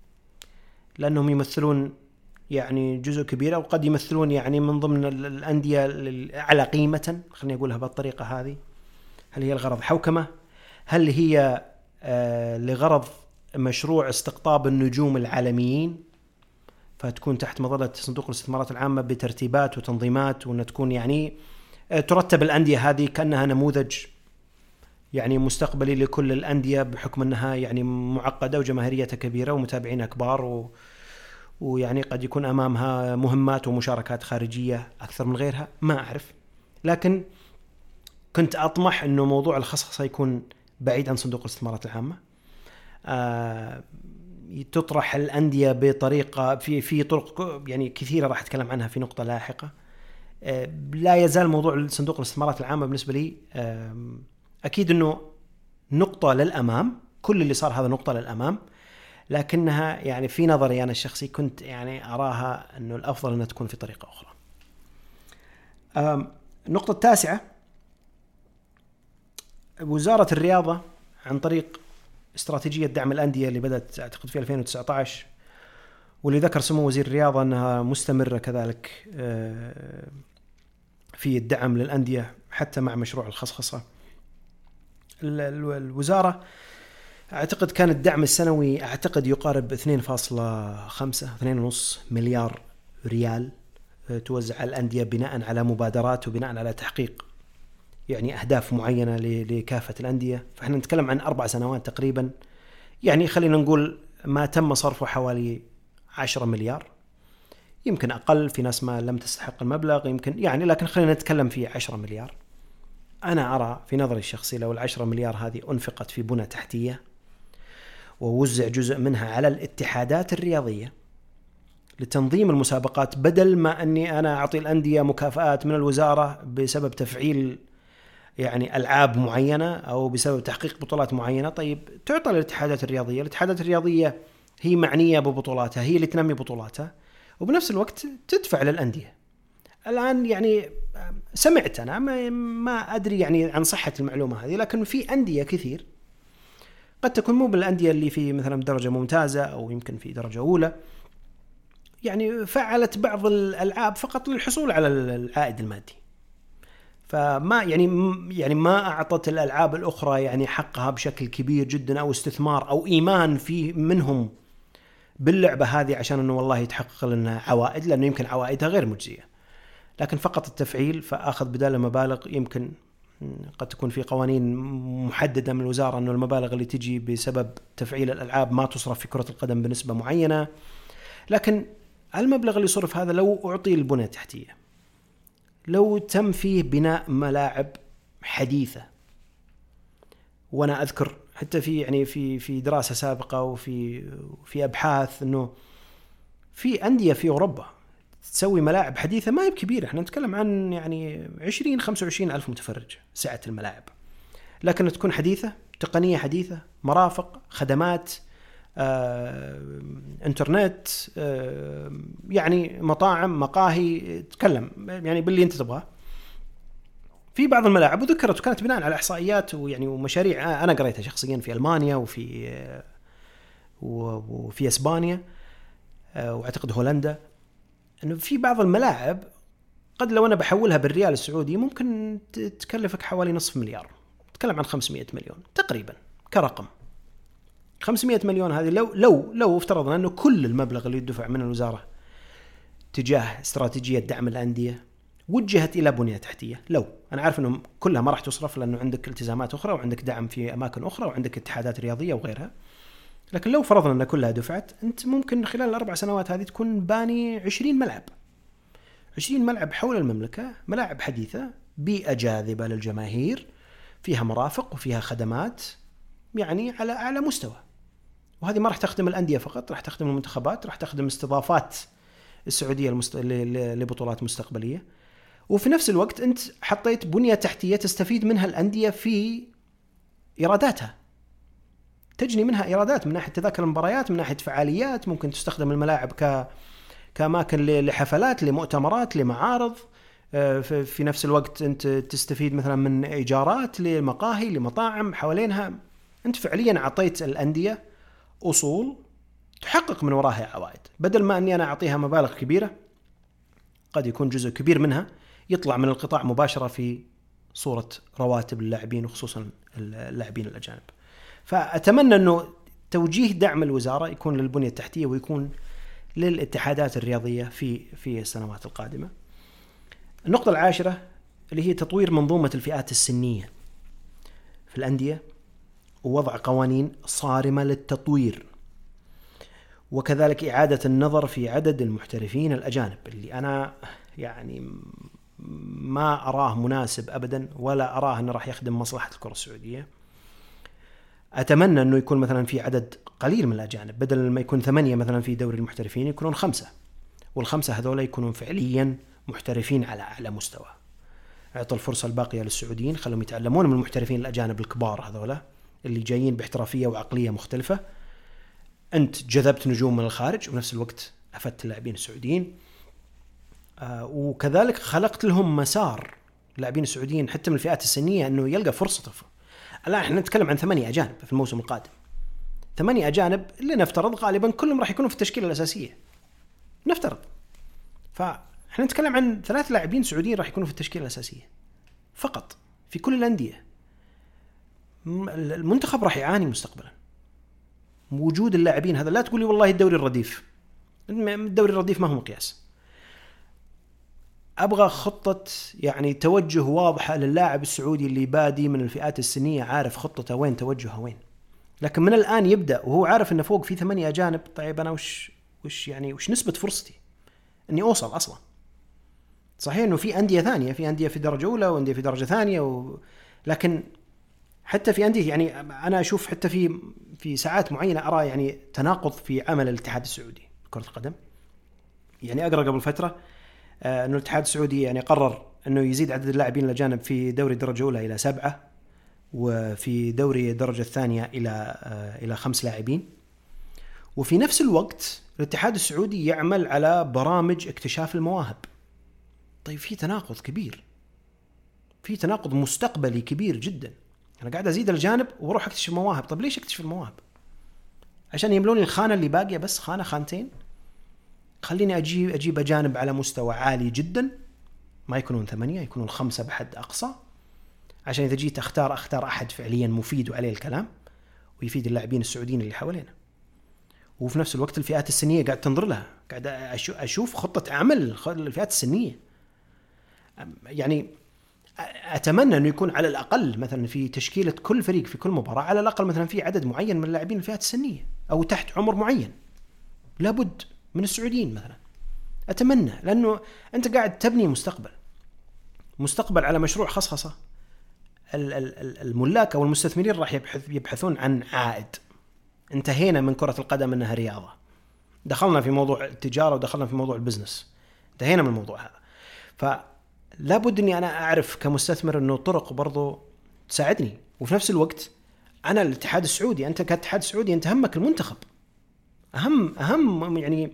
لأنهم يمثلون يعني جزء كبير، وقد يمثلون يعني من ضمن الأندية على قيمة، خليني أقولها بالطريقة هذه؟ هل هي الغرض حوكمة؟ هل هي آه لغرض مشروع استقطاب النجوم العالميين فتكون تحت مظلة صندوق الاستثمارات العامة بترتيبات وتنظيمات، وأن تكون يعني آه ترتب الأندية هذه كأنها نموذج يعني مستقبلي لكل الأندية، بحكم أنها يعني معقدة وجماهيريتها كبيرة ومتابعينها كبار و... ويعني قد يكون أمامها مهمات ومشاركات خارجية أكثر من غيرها، ما أعرف. لكن كنت أطمح أنه موضوع الخصخصة يكون بعيد عن صندوق الاستثمارات العامة. آه تطرح الأندية بطريقة في في طرق يعني كثيرة راح أتكلم عنها في نقطة لاحقة. آه لا يزال موضوع صندوق الاستثمارات العامة بالنسبة لي آه أكيد أنه نقطة للأمام، كل اللي صار هذا نقطة للأمام، لكنها يعني في نظري أنا الشخصي كنت يعني أراها أنه الأفضل أنها تكون في طريقة أخرى. النقطة التاسعة، وزارة الرياضة عن طريق استراتيجية دعم الأندية اللي بدأت أعتقد في ألفين وتسعة عشر، واللي ذكر سمو وزير الرياضة أنها مستمرة كذلك في الدعم للأندية حتى مع مشروع الخصخصة. الوزارة أعتقد كان الدعم السنوي أعتقد يقارب اثنين فاصلة خمسة اثنين ونص مليار ريال توزع على الأندية بناء على مبادرات وبناء على تحقيق يعني أهداف معينة لكافة الأندية. فإحنا نتكلم عن أربع سنوات تقريبا، يعني خلينا نقول ما تم صرفه حوالي عشرة مليار، يمكن أقل، في ناس ما لم تستحق المبلغ يمكن يعني، لكن خلينا نتكلم في عشرة مليار. أنا أرى في نظري الشخصي لو العشرة مليار هذه أنفقت في بنى تحتية ووزع جزء منها على الاتحادات الرياضية لتنظيم المسابقات، بدل ما أني أنا أعطي الأندية مكافآت من الوزارة بسبب تفعيل يعني ألعاب معينة أو بسبب تحقيق بطولات معينة، طيب تعطى للاتحادات الرياضية. الاتحادات الرياضية هي معنية ببطولاتها، هي اللي تنمي بطولاتها، وبنفس الوقت تدفع للأندية. الآن يعني سمعت أنا ما أدري يعني عن صحة المعلومة هذه، لكن في أندية كثير قد تكون مو بالأندية اللي في مثلا درجة ممتازة أو يمكن في درجة أولى، يعني فعلت بعض الألعاب فقط للحصول على العائد المادي، فما يعني يعني ما أعطت الألعاب الأخرى يعني حقها بشكل كبير جدا أو استثمار أو إيمان في منهم باللعبة هذه عشان أنه والله يتحقق لنا عوائد، لأنه يمكن عوائدها غير مجزية، لكن فقط التفعيل فأخذ بدال مبالغ. يمكن قد تكون في قوانين محددة من الوزارة أنه المبالغ اللي تجي بسبب تفعيل الألعاب ما تصرف في كرة القدم بنسبة معينة، لكن المبلغ اللي صرف هذا لو أعطي البنية التحتية، لو تم فيه بناء ملاعب حديثة. وأنا أذكر حتى في يعني في في دراسة سابقة وفي في أبحاث أنه في أندية في أوروبا تسوي ملاعب حديثة ما هي بكبيرة، احنا نتكلم عن يعني عشرين خمسة وعشرين ألف متفرج سعة الملاعب، لكن تكون حديثة، تقنية حديثة، مرافق، خدمات، آه، انترنت، آه، يعني مطاعم، مقاهي، تكلم يعني باللي انت تبغاه في بعض الملاعب. وذكرت وكانت بناء على احصائيات ويعني ومشاريع انا قريتها شخصيا في المانيا وفي آه وفي اسبانيا، آه واعتقد هولندا، انه في بعض الملاعب قد لو أنا بحولها بالريال السعودي ممكن تكلفك حوالي نصف مليار، تتكلم عن خمسمائة مليون تقريبا كرقم. خمسمائة مليون هذه لو لو لو افترضنا أنه كل المبلغ اللي يدفع من الوزارة تجاه استراتيجية دعم الأندية وجهت إلى بنية تحتية، لو أنا عارف أنه كلها ما راح تصرف لأنه عندك التزامات أخرى وعندك دعم في أماكن أخرى وعندك اتحادات رياضية وغيرها، لكن لو فرضنا أن كلها دفعت، أنت ممكن خلال الأربع سنوات هذه تكون باني عشرين ملعب عشرين ملعب حول المملكة، ملاعب حديثة، بيئة جاذبة للجماهير، فيها مرافق وفيها خدمات يعني على أعلى مستوى. وهذه ما راح تخدم الأندية فقط، راح تخدم المنتخبات، راح تخدم استضافات السعودية المست... لبطولات مستقبلية. وفي نفس الوقت أنت حطيت بنية تحتية تستفيد منها الأندية في إيراداتها، تجني منها إيرادات من ناحية تذاكر المباريات، من ناحية فعاليات، ممكن تستخدم الملاعب ك كأماكن لحفلات، لمؤتمرات، لمعارض. في نفس الوقت أنت تستفيد مثلا من إيجارات لمقاهي، لمطاعم حوالينها. أنت فعليا أعطيت الأندية أصول تحقق من وراها عوائد، بدل ما أني أنا أعطيها مبالغ كبيرة قد يكون جزء كبير منها يطلع من القطاع مباشرة في صورة رواتب اللاعبين وخصوصا اللاعبين الأجانب. فأتمنى أنه توجيه دعم الوزارة يكون للبنية التحتية ويكون للاتحادات الرياضية في في السنوات القادمة. النقطة العاشرة اللي هي تطوير منظومة الفئات السنية في الأندية ووضع قوانين صارمة للتطوير، وكذلك إعادة النظر في عدد المحترفين الأجانب اللي أنا يعني ما أراه مناسب أبدا، ولا أراه أنه راح يخدم مصلحة الكرة السعودية. أتمنى أنه يكون مثلا في عدد قليل من الأجانب، بدل ما يكون ثمانية مثلا في دوري المحترفين يكونون خمسة، والخمسة هذولا يكونون فعليا محترفين على أعلى مستوى. أعطى الفرصة الباقية للسعوديين، خلهم يتعلمون من المحترفين الأجانب الكبار هذولا اللي جايين باحترافية وعقلية مختلفة. أنت جذبت نجوم من الخارج ونفس الوقت أفدت اللاعبين السعوديين، آه وكذلك خلقت لهم مسار اللاعبين السعوديين حتى من الفئات السنية أنه يلقى فرصته. الآن احنا نتكلم عن ثمانية أجانب في الموسم القادم، ثمانية أجانب اللي نفترض غالبا كلهم راح يكونوا في التشكيلة الأساسية، نفترض. فاحنا نتكلم عن ثلاث لاعبين سعوديين راح يكونوا في التشكيلة الأساسية فقط في كل الأندية. المنتخب راح يعاني مستقبلا وجود اللاعبين هذا. لا تقولي والله الدوري الرديف، الدوري الرديف ما هو مقياس. أبغى خطة يعني توجه واضحة للاعب السعودي اللي بادي من الفئات السنية، عارف خطته وين، توجهه وين. لكن من الآن يبدأ وهو عارف إنه فوق في ثمانية أجانب، طيب أنا وش وش يعني وش نسبة فرصتي إني أوصل أصلا؟ صحيح إنه في أندية ثانية، في أندية في درجة أولى وأندية في درجة ثانية و... لكن حتى في أندية يعني أنا أشوف حتى في في ساعات معينة أرى يعني تناقض في عمل الاتحاد السعودي لكرة القدم. يعني أقرأ قبل فترة آه أنه الاتحاد السعودي يعني قرر أنه يزيد عدد اللاعبين الأجانب في دوري الدرجة الأولى إلى سبعة، وفي دوري الدرجة الثانية إلى آه إلى خمس لاعبين. وفي نفس الوقت الاتحاد السعودي يعمل على برامج اكتشاف المواهب. طيب في تناقض كبير، في تناقض مستقبلي كبير جدا. أنا قاعد أزيد الجانب وأروح أكتشف مواهب. طب ليش أكتشف المواهب؟ عشان يملوني الخانة اللي باقية بس، خانة خانتين؟ خليني أجيب أجيب أجانب على مستوى عالي جدا، ما يكونون ثمانية، يكونون خمسة بحد أقصى، عشان إذا جيت أختار أختار أحد فعليا مفيد وعليه الكلام ويفيد اللاعبين السعوديين اللي حوالينا. وفي نفس الوقت الفئات السنية قاعد تنظر لها، قاعد أشوف خطة عمل الفئات السنية. يعني أتمنى أنه يكون على الأقل مثلا في تشكيلة كل فريق في كل مباراة على الأقل مثلا في عدد معين من اللاعبين الفئات السنية أو تحت عمر معين لابد من السعوديين مثلا. أتمنى، لأنه أنت قاعد تبني مستقبل مستقبل على مشروع خصخصة. الملاك أو المستثمرين راح يبحث يبحثون عن عائد. انتهينا من كرة القدم أنها رياضة، دخلنا في موضوع التجارة ودخلنا في موضوع البزنس، انتهينا من الموضوع هذا. فلا بد أني أنا أعرف كمستثمر أنه طرق برضو تساعدني. وفي نفس الوقت أنا الاتحاد السعودي، أنت كاتحاد السعودي أنت همك المنتخب، أهم أهم يعني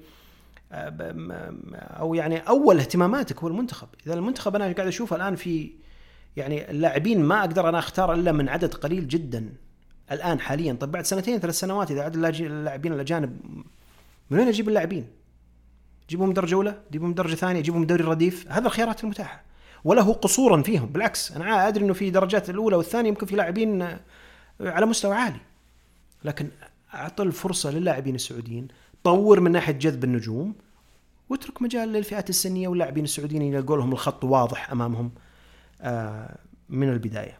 أو يعني أول اهتماماتك هو المنتخب. إذا المنتخب أنا قاعد أشوف الآن في يعني اللاعبين ما أقدر أنا أختار إلا من عدد قليل جدا الآن حاليا. طب بعد سنتين ثلاث سنوات إذا عدد اللاعبين الأجانب من وين أجيب اللاعبين؟ جيبهم درجة أولى، جيبهم درجة ثانية، جيبهم دوري الرديف. هذا الخيارات المتاحة، ولا هو قصورا فيهم. بالعكس أنا أدري إنه في درجات الأولى والثانية يمكن في لاعبين على مستوى عالي، لكن أعطى الفرصة للاعبين السعوديين، طور من ناحية جذب النجوم، واترك مجال للفئات السنية واللاعبين السعوديين يلقوا لهم الخط واضح أمامهم من البداية.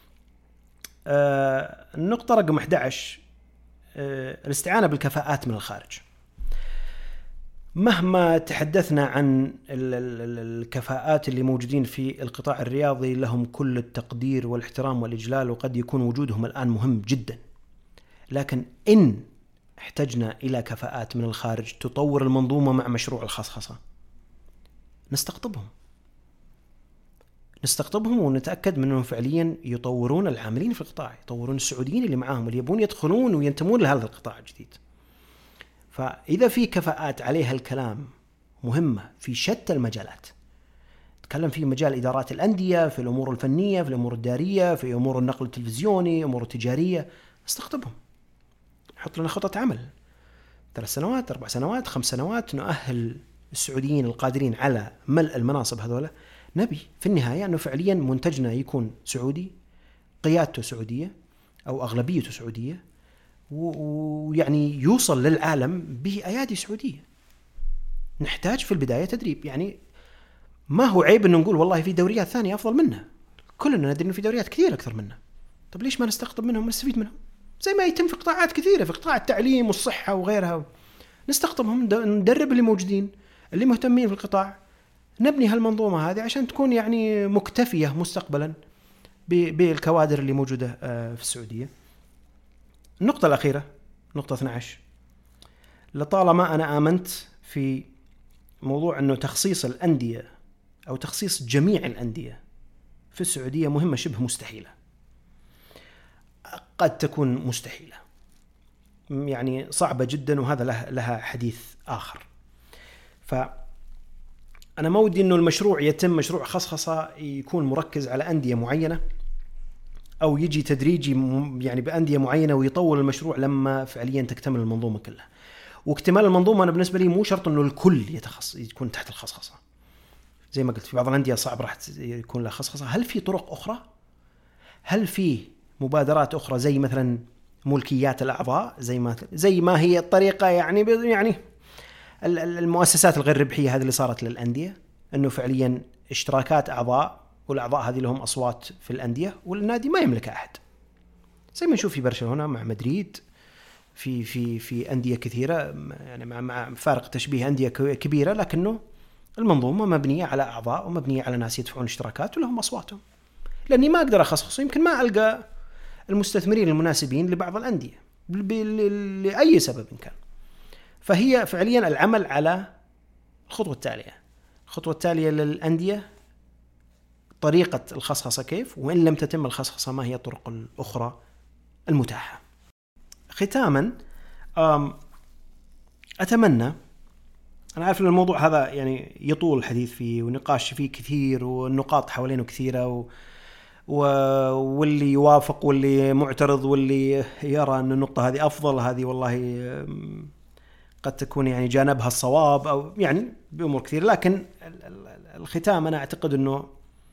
النقطة رقم أحد عشر، الاستعانة بالكفاءات من الخارج. مهما تحدثنا عن الكفاءات اللي موجودين في القطاع الرياضي، لهم كل التقدير والاحترام والإجلال، وقد يكون وجودهم الآن مهم جدا، لكن إن احتجنا إلى كفاءات من الخارج تطور المنظومة مع مشروع الخصخصة، نستقطبهم نستقطبهم ونتأكد من أنهم فعليا يطورون العاملين في القطاع، يطورون السعوديين اللي معاهم اللي يبون يدخلون وينتمون لهذا القطاع الجديد. فإذا في كفاءات عليها الكلام مهمة في شتى المجالات، تكلم في مجال إدارات الأندية، في الأمور الفنية، في الأمور الدارية، في أمور النقل التلفزيوني، أمور التجارية، استقطبهم، نحط لنا خطة عمل ثلاث سنوات، أربع سنوات، خمس سنوات، نؤهل السعوديين القادرين على ملء المناصب هذولا. نبي في النهاية أنه فعليا منتجنا يكون سعودي، قيادته سعودية أو أغلبيته سعودية، ويعني يوصل للعالم بأيادي سعودية. نحتاج في البداية تدريب، يعني ما هو عيب أنه نقول والله في دوريات ثانية أفضل منها، كلنا ندري أنه في دوريات كثير أكثر منها، طب ليش ما نستقطب منهم ونستفيد منهم؟ زي ما يتم في قطاعات كثيرة، في قطاع التعليم والصحة وغيرها، نستقطبهم، ندرب اللي موجودين اللي مهتمين في القطاع، نبني هالمنظومة هذه عشان تكون يعني مكتفية مستقبلا بالكوادر اللي موجودة في السعودية. النقطة الأخيرة، نقطة اثنا عشر، لطالما أنا آمنت في موضوع أنه تخصيص الأندية أو تخصيص جميع الأندية في السعودية مهمة شبه مستحيلة، قد تكون مستحيلة، يعني صعبة جدا، وهذا لها حديث آخر. فأنا ما ودي أنه المشروع يتم مشروع خصخصة يكون مركز على أندية معينة، أو يجي تدريجي يعني بأندية معينة ويطول المشروع لما فعليا تكتمل المنظومة كلها. واكتمال المنظومة أنا بالنسبة لي مو شرط أنه الكل يتخص يكون تحت الخصخصة، زي ما قلت في بعض الأندية صعب راح يكون لها خصخصة. هل في طرق أخرى؟ هل في مبادرات أخرى زي مثلا ملكيات الأعضاء، زي ما زي ما هي الطريقة يعني يعني المؤسسات الغير ربحية هذه اللي صارت للأندية، أنه فعليا اشتراكات أعضاء، والأعضاء هذه لهم أصوات في الأندية، والنادي ما يملك أحد، زي ما نشوف في برشلونة مع مدريد، في في في أندية كثيرة، يعني مع مع فارق تشبيه أندية كبيرة، لكنه المنظومة مبنية على أعضاء ومبنية على ناس يدفعون اشتراكات ولهم أصواتهم. لأني ما أقدر أخصصه، يمكن ما ألقى المستثمرين المناسبين لبعض الأندية لأي سبب كان. فهي فعليا العمل على الخطوة التالية. الخطوة التالية للأندية طريقة الخصخصة كيف، وإن لم تتم الخصخصة ما هي الطرق الأخرى المتاحة. ختاما أتمنى، أنا عارف أن الموضوع هذا يعني يطول الحديث فيه ونقاش فيه كثير والنقاط حوالينه كثيرة، و... و... واللي يوافق واللي معترض واللي يرى أن النقطة هذه أفضل، هذه والله قد تكون يعني جانبها الصواب أو يعني بأمور كثير. لكن الختام أنا أعتقد أنه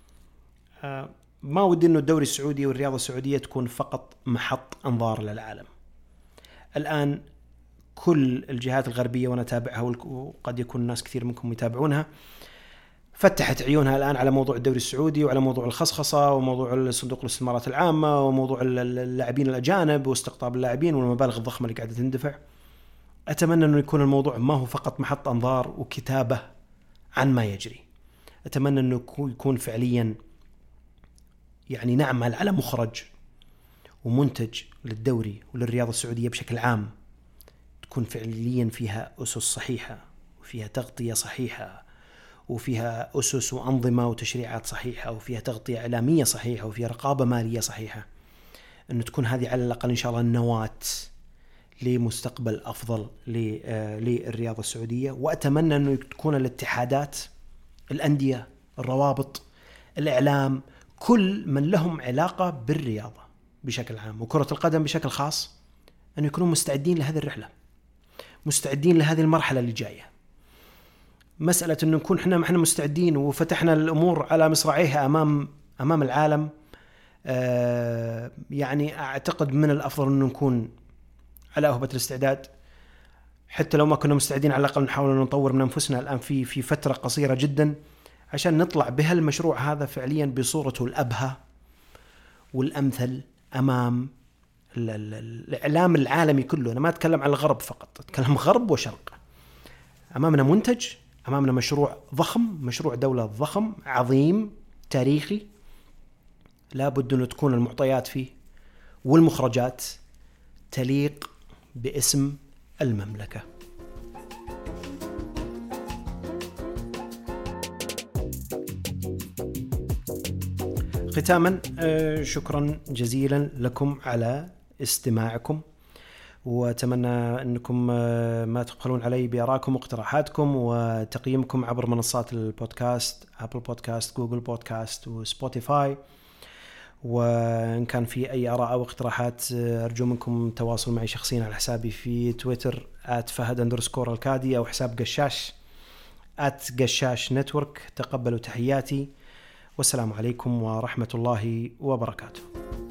ما ودي أنه الدوري السعودي والرياضة السعودية تكون فقط محط أنظار للعالم. الآن كل الجهات الغربية وأنا أتابعها، وقد يكون الناس كثير منكم يتابعونها، فتحت عيونها الآن على موضوع الدوري السعودي وعلى موضوع الخصخصة وموضوع صندوق الاستثمارات العامة وموضوع اللاعبين الأجانب واستقطاب اللاعبين والمبالغ الضخمة اللي قاعدة تندفع. أتمنى أنه يكون الموضوع ما هو فقط محط أنظار وكتابة عن ما يجري. أتمنى أنه يكون فعليا يعني نعمل على مخرج ومنتج للدوري وللرياضة السعودية بشكل عام، تكون فعليا فيها أسس صحيحة وفيها تغطية صحيحة وفيها أسس وأنظمة وتشريعات صحيحة وفيها تغطية إعلامية صحيحة وفيها رقابة مالية صحيحة، أنه تكون هذه على الأقل إن شاء الله النواة لمستقبل أفضل للرياضة السعودية. وأتمنى أنه تكون الاتحادات، الأندية، الروابط، الإعلام، كل من لهم علاقة بالرياضة بشكل عام وكرة القدم بشكل خاص، أن يكونوا مستعدين لهذه الرحلة، مستعدين لهذه المرحلة اللي جاية. مسألة أنه نكون إحنا ما إحنا مستعدين وفتحنا الأمور على مصراعيها أمام أمام العالم، آه يعني أعتقد من الأفضل أنه نكون على أهبة الاستعداد، حتى لو ما كنا مستعدين على الأقل نحاول أن نطور من أنفسنا الآن في في فترة قصيرة جدا عشان نطلع بهالمشروع هذا فعليا بصورته الأبهى والأمثل أمام الإعلام العالمي كله. أنا ما أتكلم عن الغرب فقط، أتكلم غرب وشرق. أمامنا منتج، أمامنا مشروع ضخم، مشروع دولة ضخم عظيم تاريخي، لابد أن تكون المعطيات فيه والمخرجات تليق باسم المملكة. ختاما شكرا جزيلا لكم على استماعكم، وأتمنى أنكم ما تبخلون علي بآرائكم واقتراحاتكم وتقييمكم عبر منصات البودكاست، أبل بودكاست، جوجل بودكاست وسبوتيفاي. وإن كان في أي آراء أو اقتراحات أرجو منكم تواصل معي شخصيا على حسابي في تويتر آت فهد أندرسكور الكادي، أو حساب قشاش آت قشاش نتورك. تقبلوا تحياتي، والسلام عليكم ورحمة الله وبركاته.